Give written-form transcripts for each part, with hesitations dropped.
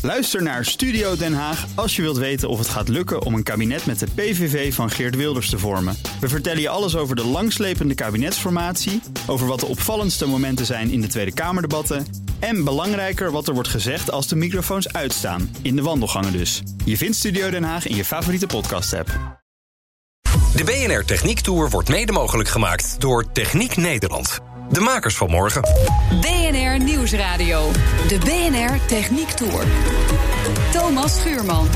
Luister naar Studio Den Haag als je wilt weten of het gaat lukken om een kabinet met de PVV van Geert Wilders te vormen. We vertellen je alles over de langslepende kabinetsformatie, over wat de opvallendste momenten zijn in de Tweede Kamerdebatten en belangrijker wat er wordt gezegd als de microfoons uitstaan, in de wandelgangen dus. Je vindt Studio Den Haag in je favoriete podcast-app. De BNR Techniek Tour wordt mede mogelijk gemaakt door Techniek Nederland. De makers van morgen. BNR Nieuwsradio. De BNR Techniek Tour. Thomas Schuurman.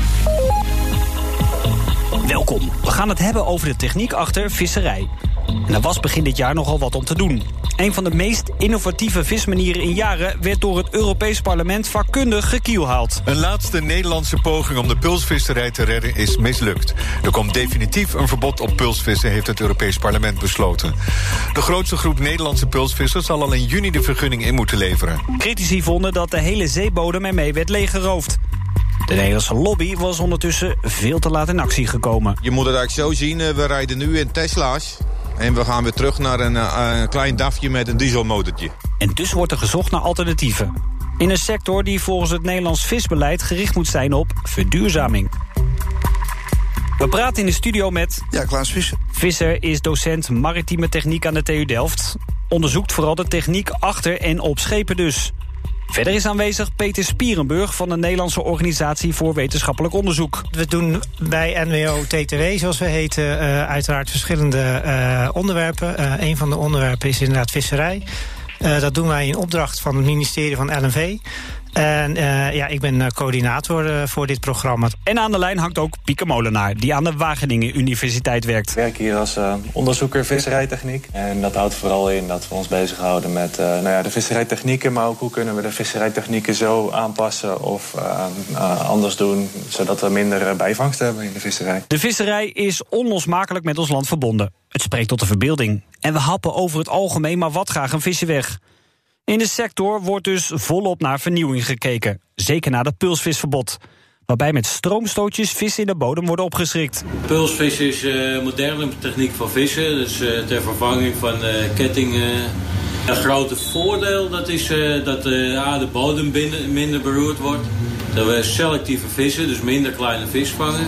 Welkom. We gaan het hebben over de techniek achter visserij. En er was begin dit jaar nogal wat om te doen. Een van de meest innovatieve vismanieren in jaren werd door het Europees Parlement vakkundig gekielhaald. Een laatste Nederlandse poging om de pulsvisserij te redden is mislukt. Er komt definitief een verbod op pulsvissen, heeft het Europees Parlement besloten. De grootste groep Nederlandse pulsvissers zal al in juni de vergunning in moeten leveren. Critici vonden dat de hele zeebodem ermee werd leeggeroofd. De Nederlandse lobby was ondertussen veel te laat in actie gekomen. Je moet het eigenlijk zo zien, we rijden nu in Tesla's. En we gaan weer terug naar een klein DAFje met een dieselmotortje. En dus wordt er gezocht naar alternatieven. In een sector die volgens het Nederlands visbeleid gericht moet zijn op verduurzaming. We praten in de studio met... Ja, Klaas Visser. Visser is docent maritieme techniek aan de TU Delft. Onderzoekt vooral de techniek achter en op schepen dus. Verder is aanwezig Peter Spierenburg van de Nederlandse Organisatie voor Wetenschappelijk Onderzoek. We doen bij NWO-TTW, zoals we heten, uiteraard verschillende onderwerpen. Een van de onderwerpen is inderdaad visserij. Dat doen wij in opdracht van het ministerie van LNV. En ik ben coördinator voor dit programma. En aan de lijn hangt ook Pieke Molenaar, die aan de Wageningen Universiteit werkt. Ik werk hier als onderzoeker visserijtechniek. En dat houdt vooral in dat we ons bezighouden met de visserijtechnieken, maar ook hoe kunnen we de visserijtechnieken zo aanpassen of anders doen, zodat we minder bijvangst hebben in de visserij. De visserij is onlosmakelijk met ons land verbonden. Het spreekt tot de verbeelding. En we happen over het algemeen maar wat graag een visje weg. In de sector wordt dus volop naar vernieuwing gekeken. Zeker na dat pulsvisverbod. Waarbij met stroomstootjes vissen in de bodem worden opgeschrikt. Pulsvissen is moderne techniek van vissen. Dus ter vervanging van kettingen. Een grote voordeel dat is dat de bodem minder beroerd wordt. Dat we selectieve vissen, dus minder kleine vis vangen.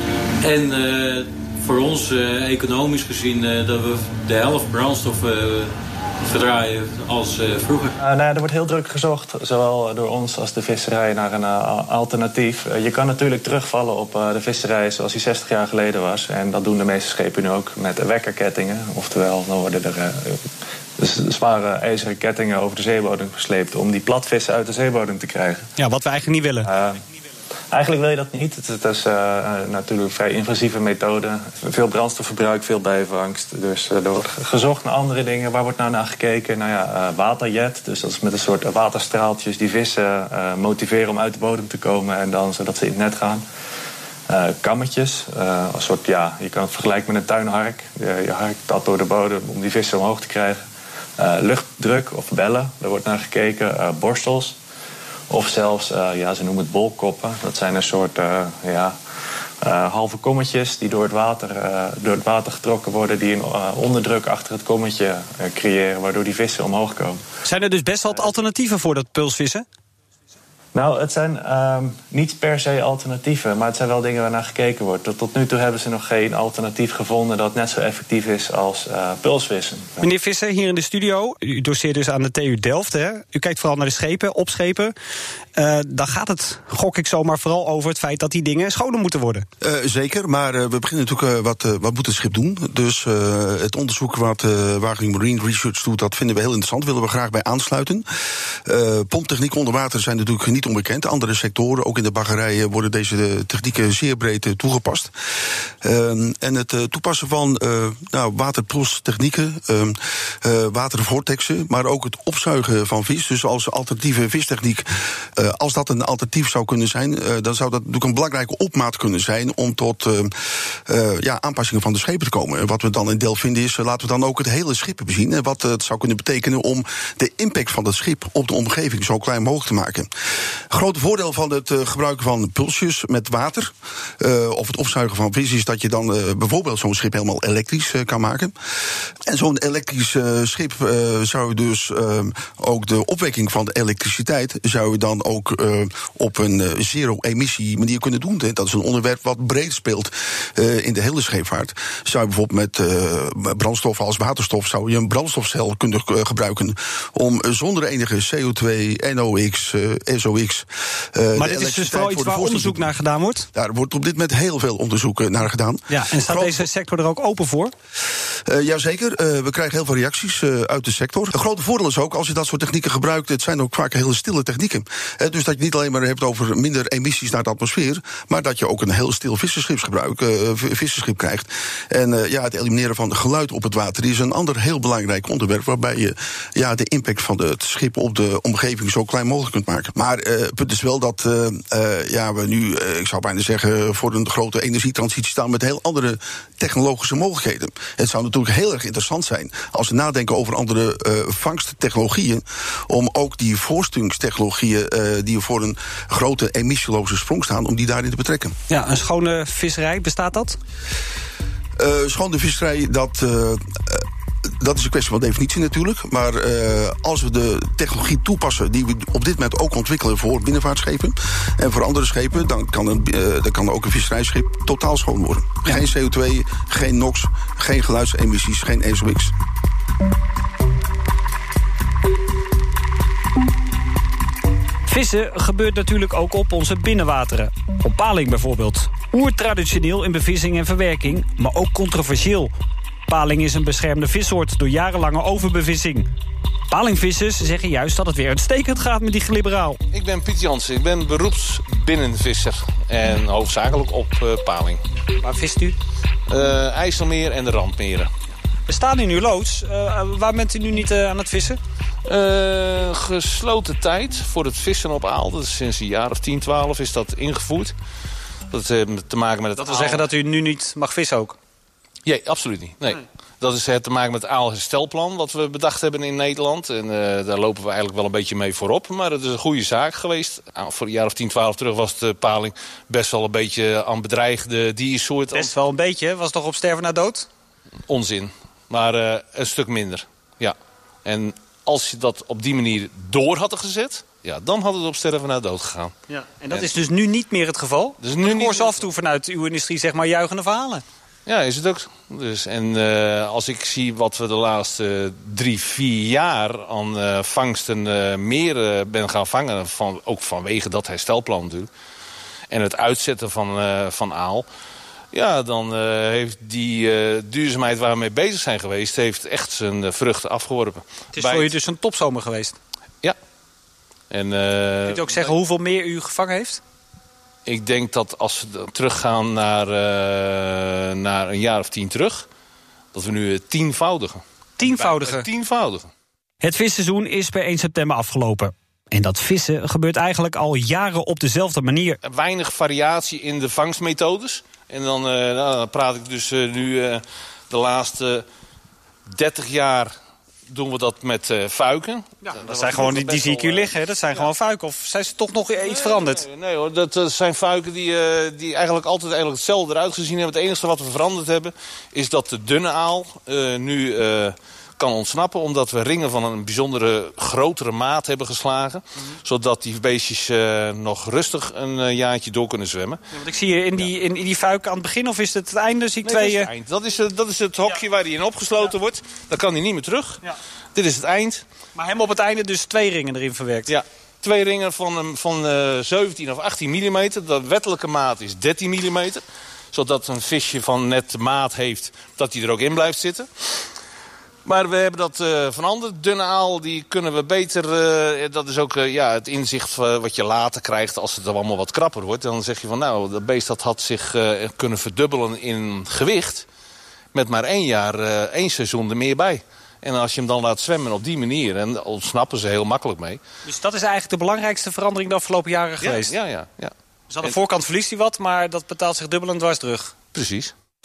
En voor ons economisch gezien dat we de helft brandstof verdraaien als vroeger. Er wordt heel druk gezocht, zowel door ons als de visserij, naar een alternatief. Je kan natuurlijk terugvallen op de visserij zoals die 60 jaar geleden was. En dat doen de meeste schepen nu ook met wekkerkettingen. Oftewel, dan worden er zware ijzeren kettingen over de zeebodem gesleept om die platvissen uit de zeebodem te krijgen. Ja, wat we eigenlijk niet willen. Eigenlijk wil je dat niet. Het is natuurlijk een vrij invasieve methode. Veel brandstofverbruik, veel bijvangst. Dus er wordt gezocht naar andere dingen. Waar wordt nou naar gekeken? Waterjet. Dus dat is met een soort waterstraaltjes die vissen motiveren om uit de bodem te komen. En dan zodat ze in het net gaan. Kammetjes. Een soort, je kan het vergelijken met een tuinhark. Je harkt dat door de bodem om die vissen omhoog te krijgen. Luchtdruk of bellen. Daar wordt naar gekeken. Borstels. Of zelfs, ze noemen het bolkoppen. Dat zijn een soort halve kommetjes die door het water getrokken worden, die een onderdruk achter het kommetje creëren, waardoor die vissen omhoog komen. Zijn er dus best wel alternatieven voor dat pulsvissen? Nou, het zijn niet per se alternatieven, maar het zijn wel dingen waar naar gekeken wordt. Tot nu toe hebben ze nog geen alternatief gevonden dat net zo effectief is als pulsvissen. Meneer Visser, hier in de studio, u doseert dus aan de TU Delft. Hè? U kijkt vooral naar de schepen, op schepen. Dan gaat het, gok ik zomaar, vooral over het feit dat die dingen schoner moeten worden. Zeker, maar we beginnen natuurlijk wat moet het schip doen. Dus het onderzoek wat Wageningen Marine Research doet, dat vinden we heel interessant. Willen we graag bij aansluiten. Pomptechniek onder water zijn natuurlijk niet onbekend. Andere sectoren, ook in de baggerij, worden deze technieken zeer breed toegepast. En het toepassen van waterpulstechnieken, watervortexen, maar ook het opzuigen van vis, dus als alternatieve vistechniek, als dat een alternatief zou kunnen zijn, dan zou dat natuurlijk een belangrijke opmaat kunnen zijn om tot aanpassingen van de schepen te komen. En wat we dan in Delft vinden is, laten we dan ook het hele schip bezien en wat het zou kunnen betekenen om de impact van dat schip op de omgeving zo klein mogelijk te maken. Grote voordeel van het gebruiken van pulsjes met water, of het opzuigen van vis, is dat je dan bijvoorbeeld zo'n schip helemaal elektrisch kan maken. En zo'n elektrisch schip zou je dus ook de opwekking van de elektriciteit zou je dan ook op een zero-emissie manier kunnen doen. Dat is een onderwerp wat breed speelt in de hele scheepvaart. Zou je bijvoorbeeld met brandstoffen als waterstof zou je een brandstofcel kunnen gebruiken om zonder enige CO2, NOx, SOx. Maar dit is dus vooral iets waar onderzoek naar gedaan wordt? Daar wordt op dit moment heel veel onderzoek naar gedaan. Ja, en staat deze sector er ook open voor? Jazeker, we krijgen heel veel reacties uit de sector. Een grote voordeel is ook, als je dat soort technieken gebruikt, het zijn ook vaak hele stille technieken. Dus dat je niet alleen maar hebt over minder emissies naar de atmosfeer, maar dat je ook een heel stil visserschip krijgt. En het elimineren van geluid op het water is een ander heel belangrijk onderwerp, waarbij je de impact van het schip op de omgeving zo klein mogelijk kunt maken. Maar het punt is wel dat we nu, ik zou bijna zeggen, voor een grote energietransitie staan met heel andere technologische mogelijkheden. Het zou natuurlijk heel erg interessant zijn als we nadenken over andere vangsttechnologieën, om ook die voorstuwingstechnologieën die voor een grote emissieloze sprong staan, om die daarin te betrekken. Ja, een schone visserij, bestaat dat? Schone visserij, dat is een kwestie van definitie natuurlijk. Maar als we de technologie toepassen die we op dit moment ook ontwikkelen voor binnenvaartschepen en voor andere schepen, dan kan ook een visserijschip totaal schoon worden. Ja. Geen CO2, geen NOx, geen geluidsemissies, geen SOx. Vissen gebeurt natuurlijk ook op onze binnenwateren. Op paling bijvoorbeeld. Oertraditioneel in bevissing en verwerking, maar ook controversieel. Paling is een beschermde vissoort door jarenlange overbevissing. Palingvissers zeggen juist dat het weer uitstekend gaat met die glibberaal. Ik ben Piet Jansen, ik ben beroepsbinnenvisser en hoofdzakelijk op paling. Waar vist u? IJsselmeer en de randmeren. We staan in uw loods. Waar bent u nu niet aan het vissen? Gesloten tijd voor het vissen op aal. Dat is sinds een jaar of 10, 12 is dat ingevoerd. Dat heeft te maken met het Dat wil zeggen dat u nu niet mag vissen ook? Nee, absoluut niet. Nee. Dat is te maken met het aalherstelplan wat we bedacht hebben in Nederland. En daar lopen we eigenlijk wel een beetje mee voorop. Maar het is een goede zaak geweest. Voor een jaar of 10, 12 terug was de paling best wel een beetje aan bedreigde diersoort. Best wel een beetje, was toch op sterven na dood? Onzin. Maar een stuk minder, ja. En als je dat op die manier door had gezet, ja, dan had het op sterven na dood gegaan. Ja. En dat is dus nu niet meer het geval? Dus nu ik hoor ze af en toe vanuit uw industrie zeg maar juichende verhalen. Ja, is het ook. Dus, en als ik zie wat we de laatste 3, 4 jaar aan vangsten meer ben gaan vangen, ook vanwege dat herstelplan natuurlijk, en het uitzetten van aal, ja, dan heeft die duurzaamheid waar we mee bezig zijn geweest, heeft echt zijn vruchten afgeworpen. Het is voor je dus een topzomer geweest? Ja. En, kunt u ook zeggen hoeveel meer u gevangen heeft? Ik denk dat als we teruggaan naar een jaar of 10 terug, dat we nu tienvoudigen. Tienvoudigen. Het visseizoen is per 1 september afgelopen. En dat vissen gebeurt eigenlijk al jaren op dezelfde manier. Weinig variatie in de vangstmethodes. En dan praat ik dus nu de laatste 30 jaar doen we dat met fuiken. Ja, dat zijn gewoon, die zie ik hier liggen. Dat zijn gewoon fuiken. Of zijn ze toch nog iets veranderd? Nee hoor, dat zijn fuiken die eigenlijk altijd hetzelfde eruit gezien hebben. Het enige wat we veranderd hebben is dat de dunne aal nu kan ontsnappen, omdat we ringen van een bijzondere grotere maat hebben geslagen. Zodat die beestjes nog rustig een jaartje door kunnen zwemmen. Ja, want ik zie je in die fuik aan het begin, of is het het einde? Zie ik nee, dat is het eind. Dat is het hokje waar hij in opgesloten wordt. Dan kan hij niet meer terug. Ja. Dit is het eind. Maar hem op het einde dus 2 ringen erin verwerkt? Ja, 2 ringen van 17 of 18 mm. De wettelijke maat is 13 mm. Zodat een visje van net de maat heeft dat hij er ook in blijft zitten. Maar we hebben dat veranderd. Dunne aal, die kunnen we beter. Dat is ook het inzicht wat je later krijgt als het allemaal wat krapper wordt. Dan zeg je van nou, dat beest dat had zich kunnen verdubbelen in gewicht. Met maar 1 seizoen er meer bij. En als je hem dan laat zwemmen op die manier, en ontsnappen ze heel makkelijk mee. Dus dat is eigenlijk de belangrijkste verandering de afgelopen jaren geweest? Ja. Dus aan de voorkant verliest hij wat, maar dat betaalt zich dubbel en dwars terug. Precies.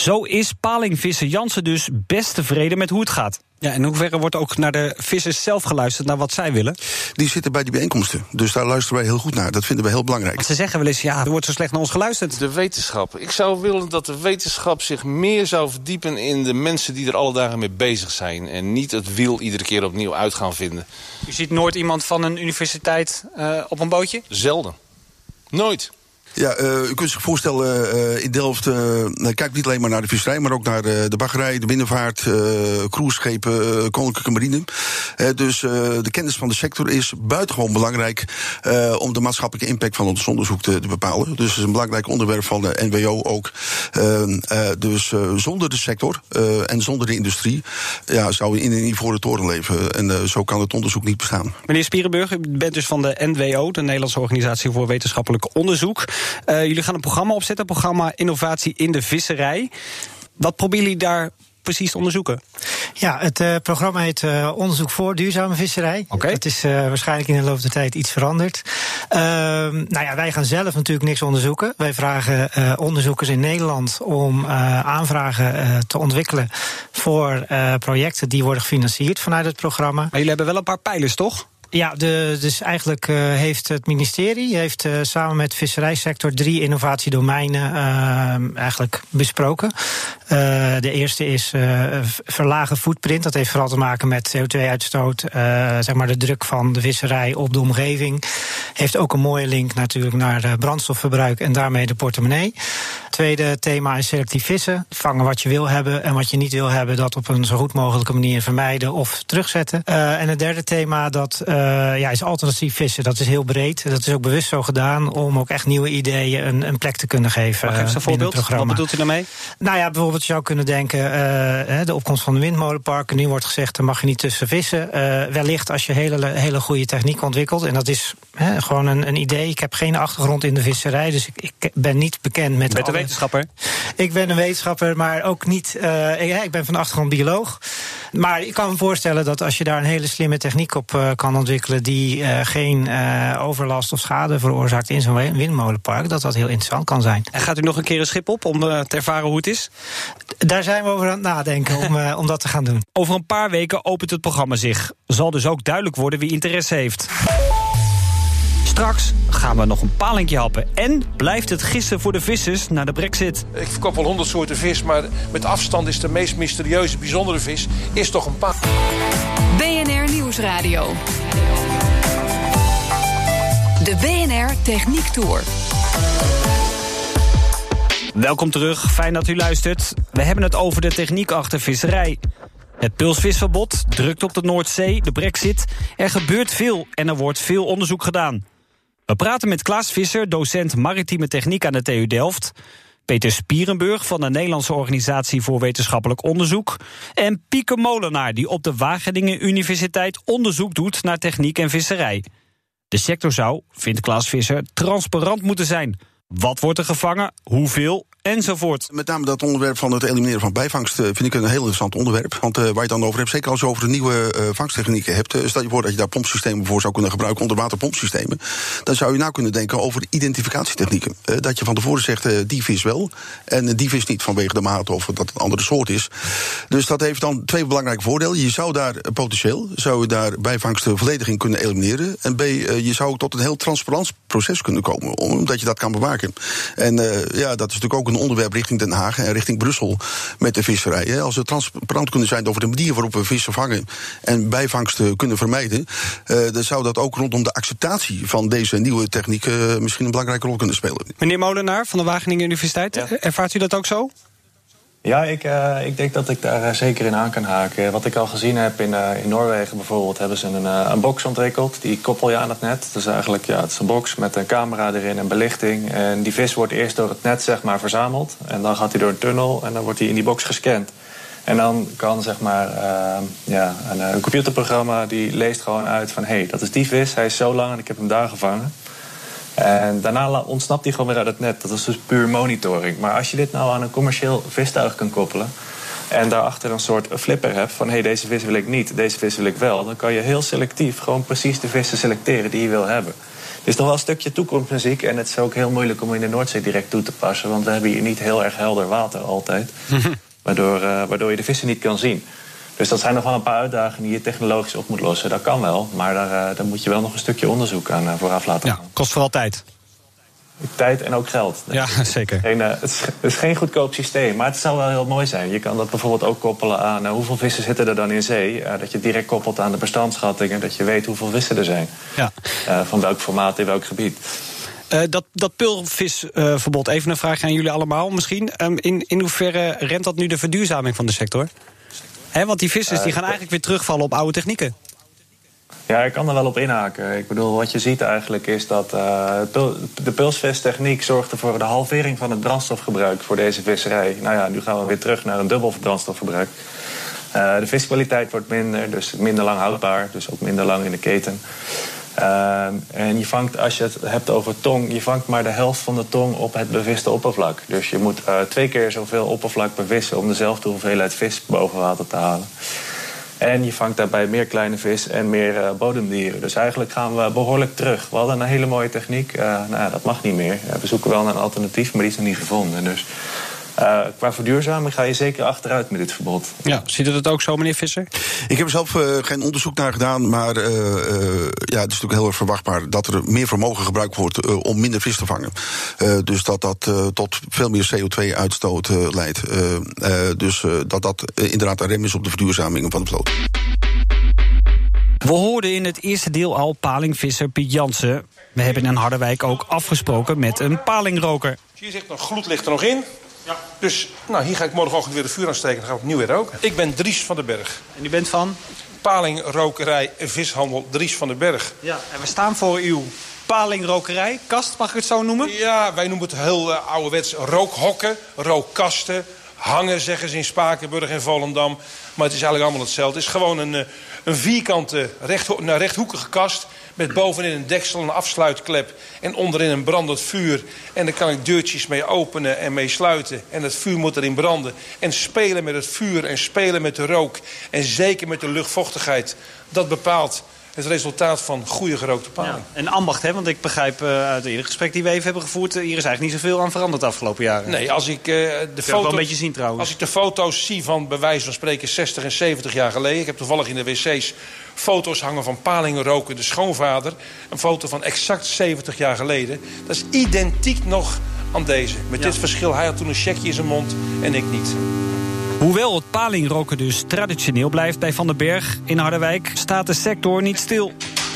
Zo is palingvisser Jansen dus best tevreden met hoe het gaat. Ja, en in hoeverre wordt ook naar de vissers zelf geluisterd, naar wat zij willen? Die zitten bij die bijeenkomsten, dus daar luisteren wij heel goed naar. Dat vinden we heel belangrijk. Want ze zeggen wel eens, ja, er wordt zo slecht naar ons geluisterd. De wetenschap. Ik zou willen dat de wetenschap zich meer zou verdiepen in de mensen die er alle dagen mee bezig zijn. En niet het wiel iedere keer opnieuw uit gaan vinden. U ziet nooit iemand van een universiteit op een bootje? Zelden. Nooit. Ja, u kunt zich voorstellen, in Delft kijkt niet alleen maar naar de visserij, maar ook naar de baggerij, de binnenvaart, cruiseschepen, koninklijke marine. Dus de kennis van de sector is buitengewoon belangrijk om de maatschappelijke impact van ons onderzoek te bepalen. Dus het is een belangrijk onderwerp van de NWO ook. Dus zonder de sector en zonder de industrie zou we in een ivoren toren leven. En zo kan het onderzoek niet bestaan. Meneer Spierenburg, u bent dus van de NWO, de Nederlandse Organisatie voor Wetenschappelijk Onderzoek. Jullie gaan een programma opzetten, programma Innovatie in de Visserij. Wat proberen jullie daar precies te onderzoeken? Ja, het programma heet Onderzoek voor Duurzame Visserij. Okay. Dat is waarschijnlijk in de loop der tijd iets veranderd. Wij gaan zelf natuurlijk niks onderzoeken. Wij vragen onderzoekers in Nederland om aanvragen te ontwikkelen voor projecten die worden gefinancierd vanuit het programma. Maar jullie hebben wel een paar pijlers, toch? Ja, dus eigenlijk heeft het ministerie samen met de visserijsector 3 innovatiedomeinen eigenlijk besproken. De eerste is verlagen footprint. Dat heeft vooral te maken met CO2-uitstoot, de druk van de visserij op de omgeving. Heeft ook een mooie link natuurlijk naar brandstofverbruik en daarmee de portemonnee. Tweede thema is selectief vissen. Vangen wat je wil hebben en wat je niet wil hebben, dat op een zo goed mogelijke manier vermijden of terugzetten. En het derde thema, dat is alternatief vissen. Dat is heel breed. Dat is ook bewust zo gedaan om ook echt nieuwe ideeën een plek te kunnen geven. Mag ik even een voorbeeld? Wat bedoelt u daarmee? Nou ja, bijvoorbeeld je zou kunnen denken, de opkomst van de windmolenparken. Nu wordt gezegd, daar mag je niet tussen vissen. Wellicht als je hele goede techniek ontwikkelt. En dat is gewoon een idee. Ik heb geen achtergrond in de visserij, dus ik ben niet bekend met de wetenschapper? Ik ben een wetenschapper, maar ook niet. Ik ben van de achtergrond bioloog. Maar ik kan me voorstellen dat als je daar een hele slimme techniek op kan ontwikkelen die geen overlast of schade veroorzaakt in zo'n windmolenpark, dat heel interessant kan zijn. En gaat u nog een keer een schip op om te ervaren hoe het is? Daar zijn we over aan het nadenken om dat te gaan doen. Over een paar weken opent het programma zich. Zal dus ook duidelijk worden wie interesse heeft. Straks gaan we nog een palingje happen. En blijft het gissen voor de vissers na de Brexit. Ik verkoop wel 100 soorten vis, maar met afstand is de meest mysterieuze, bijzondere vis is toch een paling. BNR Nieuwsradio. De BNR Techniek Tour. Welkom terug, fijn dat u luistert. We hebben het over de techniek achter visserij. Het pulsvisverbod drukt op de Noordzee, de Brexit. Er gebeurt veel en er wordt veel onderzoek gedaan. We praten met Klaas Visser, docent maritieme techniek aan de TU Delft. Peter Spierenburg van de Nederlandse Organisatie voor Wetenschappelijk Onderzoek. En Pieke Molenaar, die op de Wageningen Universiteit onderzoek doet naar techniek en visserij. De sector zou, vindt Klaas Visser, transparant moeten zijn. Wat wordt er gevangen, hoeveel enzovoort. Met name dat onderwerp van het elimineren van bijvangst vind ik een heel interessant onderwerp. Want waar je het dan over hebt, zeker als je over de nieuwe vangsttechnieken hebt, stel je voor dat je daar pompsystemen voor zou kunnen gebruiken, onderwaterpompsystemen, dan zou je nou kunnen denken over identificatietechnieken. Dat je van tevoren zegt, die vis wel en die vis niet vanwege de maat of dat het een andere soort is. Dus dat heeft dan twee belangrijke voordelen. Je zou daar potentieel bijvangsten volledig in kunnen elimineren. En B, je zou ook tot een heel transparant proces kunnen komen, omdat je dat kan bewaken. En dat is natuurlijk ook een onderwerp richting Den Haag en richting Brussel met de visserij. Als we transparant kunnen zijn over de manier waarop we vissen vangen en bijvangsten kunnen vermijden, dan zou dat ook rondom de acceptatie van deze nieuwe techniek misschien een belangrijke rol kunnen spelen. Meneer Molenaar van de Wageningen Universiteit, ervaart u dat ook zo? Ja, ik denk dat ik daar zeker in aan kan haken. Wat ik al gezien heb in Noorwegen bijvoorbeeld, hebben ze een box ontwikkeld. Die koppel je aan het net. Dus eigenlijk, het is een box met een camera erin en belichting. En die vis wordt eerst door het net verzameld. En dan gaat hij door een tunnel en dan wordt hij in die box gescand. En dan kan een computerprogramma die leest gewoon uit van hé, dat is die vis, hij is zo lang en ik heb hem daar gevangen. En daarna ontsnapt hij gewoon weer uit het net. Dat is dus puur monitoring. Maar als je dit nou aan een commercieel vistuig kan koppelen en daarachter een soort flipper hebt van hé, deze vis wil ik niet, deze vis wil ik wel, dan kan je heel selectief gewoon precies de vissen selecteren die je wil hebben. Het is toch wel een stukje toekomstmuziek. En het is ook heel moeilijk om in de Noordzee direct toe te passen. Want we hebben hier niet heel erg helder water altijd. Waardoor je de vissen niet kan zien. Dus dat zijn nog wel een paar uitdagingen die je technologisch op moet lossen. Dat kan wel, maar daar moet je wel nog een stukje onderzoek aan vooraf laten gaan. Kost vooral tijd. Tijd en ook geld. Ja, zeker. Het is geen goedkoop systeem, maar het zou wel heel mooi zijn. Je kan dat bijvoorbeeld ook koppelen aan hoeveel vissen zitten er dan in zee. Dat je het direct koppelt aan de bestandsschattingen. Dat je weet hoeveel vissen er zijn. Ja. Van welk formaat in welk gebied. Dat peulvisverbod, even een vraag aan jullie allemaal misschien. In hoeverre remt dat nu de verduurzaming van de sector? Want die vissers die gaan eigenlijk weer terugvallen op oude technieken. Ja, ik kan er wel op inhaken. Ik bedoel, wat je ziet eigenlijk is dat de peulsvistechniek zorgde voor de halvering van het brandstofgebruik voor deze visserij. Nou ja, nu gaan we weer terug naar een dubbel brandstofgebruik. De viskwaliteit wordt minder, dus minder lang houdbaar, dus ook minder lang in de keten. En je vangt, als je het hebt over tong, je vangt maar de helft van de tong op het beviste oppervlak. Dus je moet 2 keer zoveel oppervlak bevissen om dezelfde hoeveelheid vis boven water te halen. En je vangt daarbij meer kleine vis en meer bodemdieren. Dus eigenlijk gaan we behoorlijk terug. We hadden een hele mooie techniek. Dat mag niet meer. We zoeken wel naar een alternatief, maar die is nog niet gevonden. Dus qua verduurzaming ga je zeker achteruit met dit verbod. Ja, ziet u dat ook zo, meneer Visser? Ik heb er zelf geen onderzoek naar gedaan, maar het is natuurlijk heel erg verwachtbaar dat er meer vermogen gebruikt wordt om minder vis te vangen. Dus dat tot veel meer CO2-uitstoot leidt. Dus dat inderdaad een rem is op de verduurzaming van de vloot. We hoorden in het eerste deel al palingvisser Piet Jansen. We hebben in Harderwijk ook afgesproken met een palingroker. Hier zit nog gloedlicht er nog in. Ja. Dus hier ga ik morgenochtend weer de vuur aansteken. Dan gaan we opnieuw weer roken. Ik ben Dries van den Berg. En u bent van? Palingrokerij en vishandel Dries van den Berg. Ja, en we staan voor uw palingrokerij. Kast, mag ik het zo noemen? Ja, wij noemen het heel ouderwets rookhokken, rookkasten. Hangen, zeggen ze in Spakenburg en Volendam. Maar het is eigenlijk allemaal hetzelfde. Het is gewoon een vierkante, rechthoekige kast met bovenin een deksel, een afsluitklep en onderin een brandend vuur. En daar kan ik deurtjes mee openen en mee sluiten. En het vuur moet erin branden. En spelen met het vuur en spelen met de rook. En zeker met de luchtvochtigheid. Dat bepaalt het resultaat van goede gerookte paling. Ja, en ambacht, hè? Want ik begrijp uit het gesprek die we even hebben gevoerd, hier is eigenlijk niet zoveel aan veranderd de afgelopen jaren. Nee, als ik wel een beetje zien trouwens. Als ik de foto's zie van bij wijze van spreken 60 en 70 jaar geleden. Ik heb toevallig in de wc's foto's hangen van palingroken, de schoonvader. Een foto van exact 70 jaar geleden. Dat is identiek nog aan deze. Met dit verschil, hij had toen een checkje in zijn mond en ik niet. Hoewel het palingroken dus traditioneel blijft bij Van den Berg in Harderwijk, staat de sector niet stil.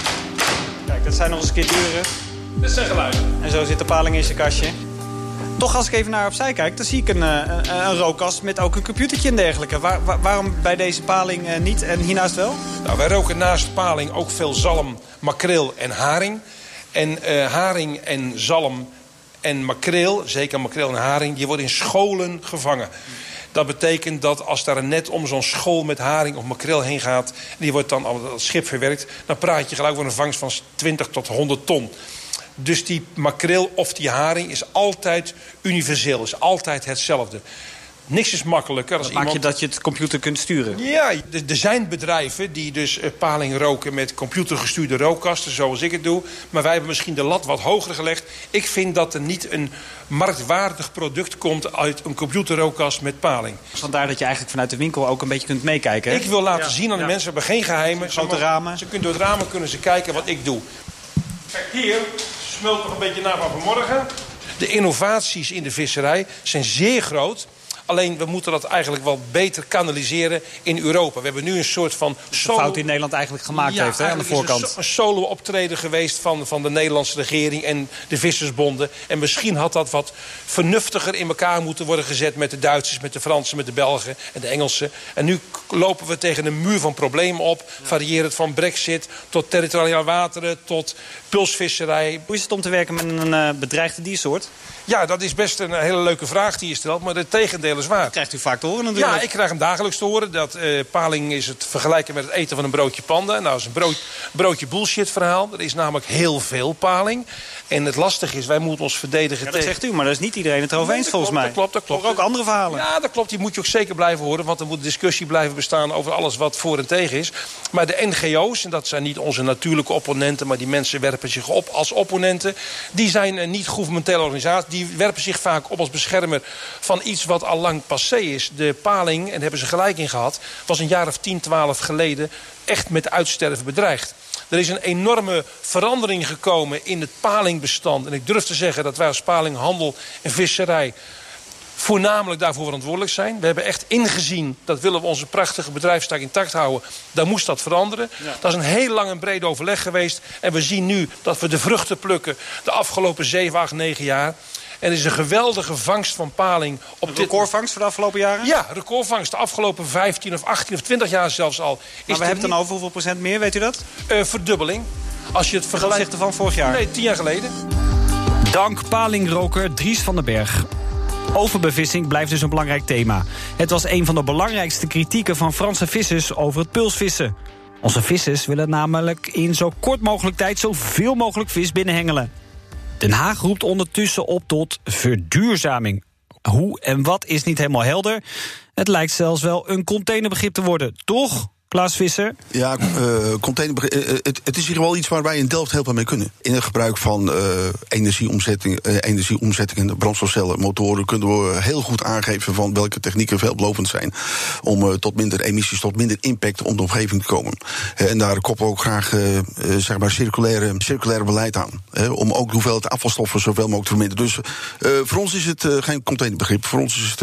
Kijk, dat zijn nog eens een keer deuren. Dat zijn geluiden. En zo zit de paling in zijn kastje. Toch, als ik even naar opzij kijk, dan zie ik een rookkast met ook een computertje en dergelijke. Waarom bij deze paling niet en hiernaast wel? Nou, wij roken naast paling ook veel zalm, makreel en haring. En haring en zalm en makreel, zeker makreel en haring, die worden in scholen gevangen. Dat betekent dat als daar een net om zo'n school met haring of makreel heen gaat, die wordt dan op het schip verwerkt, dan praat je gelijk over een vangst van 20 tot 100 ton. Dus die makreel of die haring is altijd universeel, is altijd hetzelfde. Niks is makkelijker als maak je dat je het computer kunt sturen? Ja, er zijn bedrijven die dus paling roken met computergestuurde rookkasten, zoals ik het doe. Maar wij hebben misschien de lat wat hoger gelegd. Ik vind dat er niet een marktwaardig product komt uit een computerrookkast met paling. Vandaar dat je eigenlijk vanuit de winkel ook een beetje kunt meekijken. Hè? Ik wil laten zien aan de mensen, we hebben geen geheimen. Grote ramen. Door het ramen kunnen ze kijken wat ik doe. Kijk, hier smelt nog een beetje na van vanmorgen. De innovaties in de visserij zijn zeer groot. Alleen we moeten dat eigenlijk wel beter kanaliseren in Europa. We hebben nu een soort van fout in Nederland eigenlijk gemaakt heeft, hè, aan de voorkant. Is een solo-optreden geweest van de Nederlandse regering en de vissersbonden. En misschien had dat wat vernuftiger in elkaar moeten worden gezet met de Duitsers, met de Fransen, met de Belgen en de Engelsen. En nu lopen we tegen een muur van problemen op. Variërend van Brexit tot territoriale wateren tot pulsvisserij. Hoe is het om te werken met een bedreigde diersoort? Ja, dat is best een hele leuke vraag die je stelt, maar het tegendeel is waar. Dat krijgt u vaak te horen natuurlijk. Ja, ik krijg hem dagelijks te horen. Dat paling is het vergelijken met het eten van een broodje panda. Nou, dat is een broodje bullshit verhaal. Er is namelijk heel veel paling. En het lastige is, wij moeten ons verdedigen Ja, dat zegt u, maar daar is niet iedereen het erover eens volgens mij. Dat klopt. Er ook andere verhalen. Ja, dat klopt. Die moet je ook zeker blijven horen. Want er moet discussie blijven bestaan over alles wat voor en tegen is. Maar de NGO's, en dat zijn niet onze natuurlijke opponenten, maar die mensen werpen zich op als opponenten. Die zijn een niet-gouvernementele organisatie. Die werpen zich vaak op als beschermer van iets wat al lang passé is. De paling, en daar hebben ze gelijk in gehad, was een jaar of 10, 12 geleden echt met uitsterven bedreigd. Er is een enorme verandering gekomen in het palingbestand. En ik durf te zeggen dat wij als paling, handel en visserij voornamelijk daarvoor verantwoordelijk zijn. We hebben echt ingezien, dat willen we onze prachtige bedrijfstak intact houden. Dan moest dat veranderen. Ja. Dat is een heel lang en breed overleg geweest. En we zien nu dat we de vruchten plukken de afgelopen 7, 8, 9 jaar. En er is een geweldige vangst van paling. Op recordvangst voor de afgelopen jaren? Ja, recordvangst. De afgelopen 15 of 18 of 20 jaar zelfs al. Maar we hebben het dan over hoeveel procent meer, weet u dat? Verdubbeling. Als je het vergelijkt... Ten opzichte van vorig jaar? Nee, 10 jaar geleden. Dank palingroker Dries van den Berg. Overbevissing blijft dus een belangrijk thema. Het was een van de belangrijkste kritieken van Franse vissers over het pulsvissen. Onze vissers willen namelijk in zo kort mogelijk tijd zoveel mogelijk vis binnenhengelen. Den Haag roept ondertussen op tot verduurzaming. Hoe en wat is niet helemaal helder. Het lijkt zelfs wel een containerbegrip te worden, toch? Klaas Visser? Ja, het is hier wel iets waar wij in Delft heel veel mee kunnen. In het gebruik van energieomzetting en brandstofcellen, motoren, kunnen we heel goed aangeven van welke technieken veelbelovend zijn om tot minder emissies, tot minder impact op de omgeving te komen. En daar koppelen we ook graag zeg maar circulaire beleid aan. Om ook de hoeveelheid afvalstoffen zoveel mogelijk te verminderen. Dus voor ons is het geen containerbegrip. Voor ons is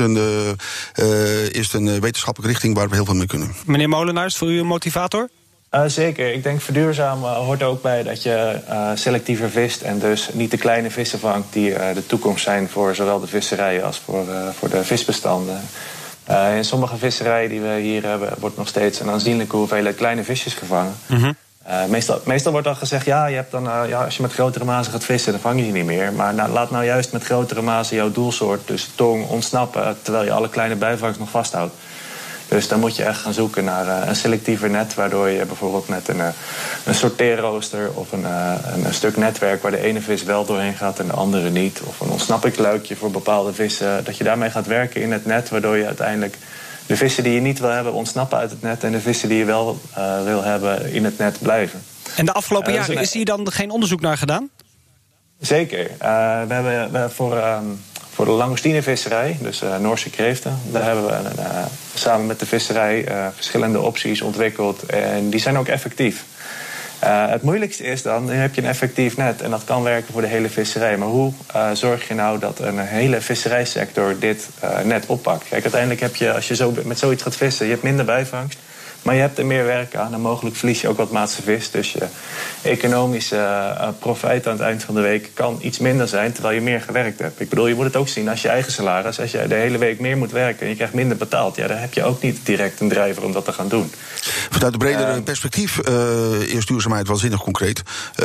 het een wetenschappelijke richting waar we heel veel mee kunnen. Meneer Molenaars, voor u een motivator? Zeker. Ik denk verduurzamen hoort er ook bij dat je selectiever vist en dus niet de kleine vissen vangt die de toekomst zijn voor zowel de visserij als voor de visbestanden. In sommige visserijen die we hier hebben wordt nog steeds een aanzienlijke hoeveelheid kleine visjes gevangen. Mm-hmm. Meestal wordt dan gezegd, je hebt dan, als je met grotere mazen gaat vissen, dan vang je die niet meer. Maar laat nou juist met grotere mazen jouw doelsoort, dus tong, ontsnappen, terwijl je alle kleine bijvangst nog vasthoudt. Dus dan moet je echt gaan zoeken naar een selectiever net, waardoor je bijvoorbeeld met een sorteerrooster of een stuk netwerk waar de ene vis wel doorheen gaat en de andere niet, of een ontsnappingsluikje voor bepaalde vissen, dat je daarmee gaat werken in het net, waardoor je uiteindelijk de vissen die je niet wil hebben ontsnappen uit het net en de vissen die je wel wil hebben in het net blijven. En de afgelopen jaren, is hier dan geen onderzoek naar gedaan? Zeker. We hebben voor de langoustine-visserij, dus Noorse kreeften, daar hebben we samen met de visserij verschillende opties ontwikkeld. En die zijn ook effectief. Het moeilijkste is dan heb je een effectief net en dat kan werken voor de hele visserij. Maar hoe zorg je nou dat een hele visserijsector dit net oppakt? Kijk, uiteindelijk heb je, als je met zoiets gaat vissen, je hebt minder bijvangst. Maar je hebt er meer werk aan en mogelijk verlies je ook wat maatse vis. Dus je economische profijt aan het eind van de week kan iets minder zijn terwijl je meer gewerkt hebt. Ik bedoel, je moet het ook zien als je eigen salaris. Als je de hele week meer moet werken en je krijgt minder betaald, dan heb je ook niet direct een drijver om dat te gaan doen. Vanuit een bredere perspectief is duurzaamheid waanzinnig concreet.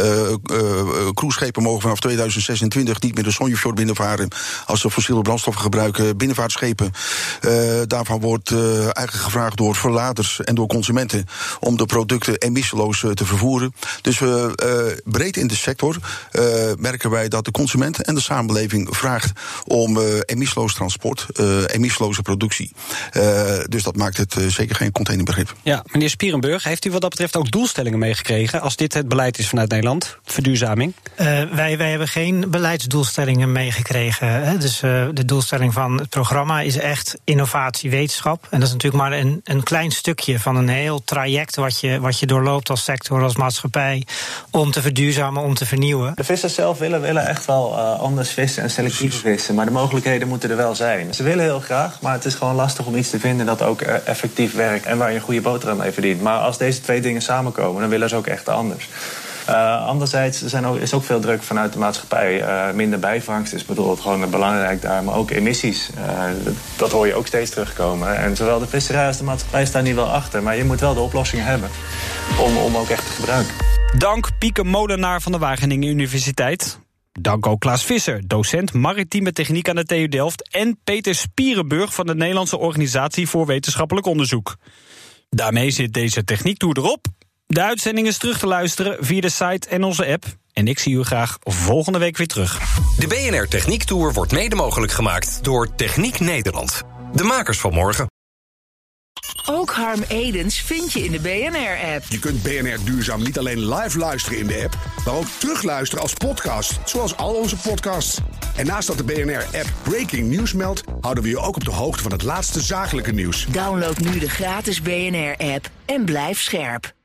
Cruiseschepen mogen vanaf 2026 niet meer de Sonjefjord binnenvaren als ze fossiele brandstoffen gebruiken. Binnenvaartschepen, daarvan wordt eigenlijk gevraagd door verladers en door consumenten om de producten emissieloos te vervoeren. Dus breed in de sector merken wij dat de consument en de samenleving vraagt om emissieloos transport, emissieloze productie. Dus dat maakt het zeker geen containerbegrip. Ja, meneer Spierenburg, heeft u wat dat betreft ook doelstellingen meegekregen als dit het beleid is vanuit Nederland, verduurzaming? Wij hebben geen beleidsdoelstellingen meegekregen. Hè. Dus de doelstelling van het programma is echt innovatie, wetenschap. En dat is natuurlijk maar een klein stukje van een heel traject wat je doorloopt als sector, als maatschappij, om te verduurzamen, om te vernieuwen. De vissers zelf willen echt wel anders vissen en selectief vissen, maar de mogelijkheden moeten er wel zijn. Ze willen heel graag, maar het is gewoon lastig om iets te vinden dat ook effectief werkt en waar je een goede boterham mee verdient. Maar als deze twee dingen samenkomen, dan willen ze ook echt anders. Anderzijds is ook veel druk vanuit de maatschappij. Minder bijvangst is bijvoorbeeld gewoon belangrijk daar, maar ook emissies. Dat hoor je ook steeds terugkomen. En zowel de visserij als de maatschappij staan hier wel achter, maar je moet wel de oplossingen hebben om ook echt te gebruiken. Dank Pieke Molenaar van de Wageningen Universiteit. Dank ook Klaas Visser, docent maritieme techniek aan de TU Delft, en Peter Spierenburg van de Nederlandse Organisatie voor Wetenschappelijk Onderzoek. Daarmee zit deze techniektour erop. De uitzending is terug te luisteren via de site en onze app. En ik zie u graag volgende week weer terug. De BNR Techniek Tour wordt mede mogelijk gemaakt door Techniek Nederland. De makers van morgen. Ook Harm Edens vind je in de BNR-app. Je kunt BNR Duurzaam niet alleen live luisteren in de app, maar ook terugluisteren als podcast, zoals al onze podcasts. En naast dat de BNR-app Breaking News meldt, houden we je ook op de hoogte van het laatste zakelijke nieuws. Download nu de gratis BNR-app en blijf scherp.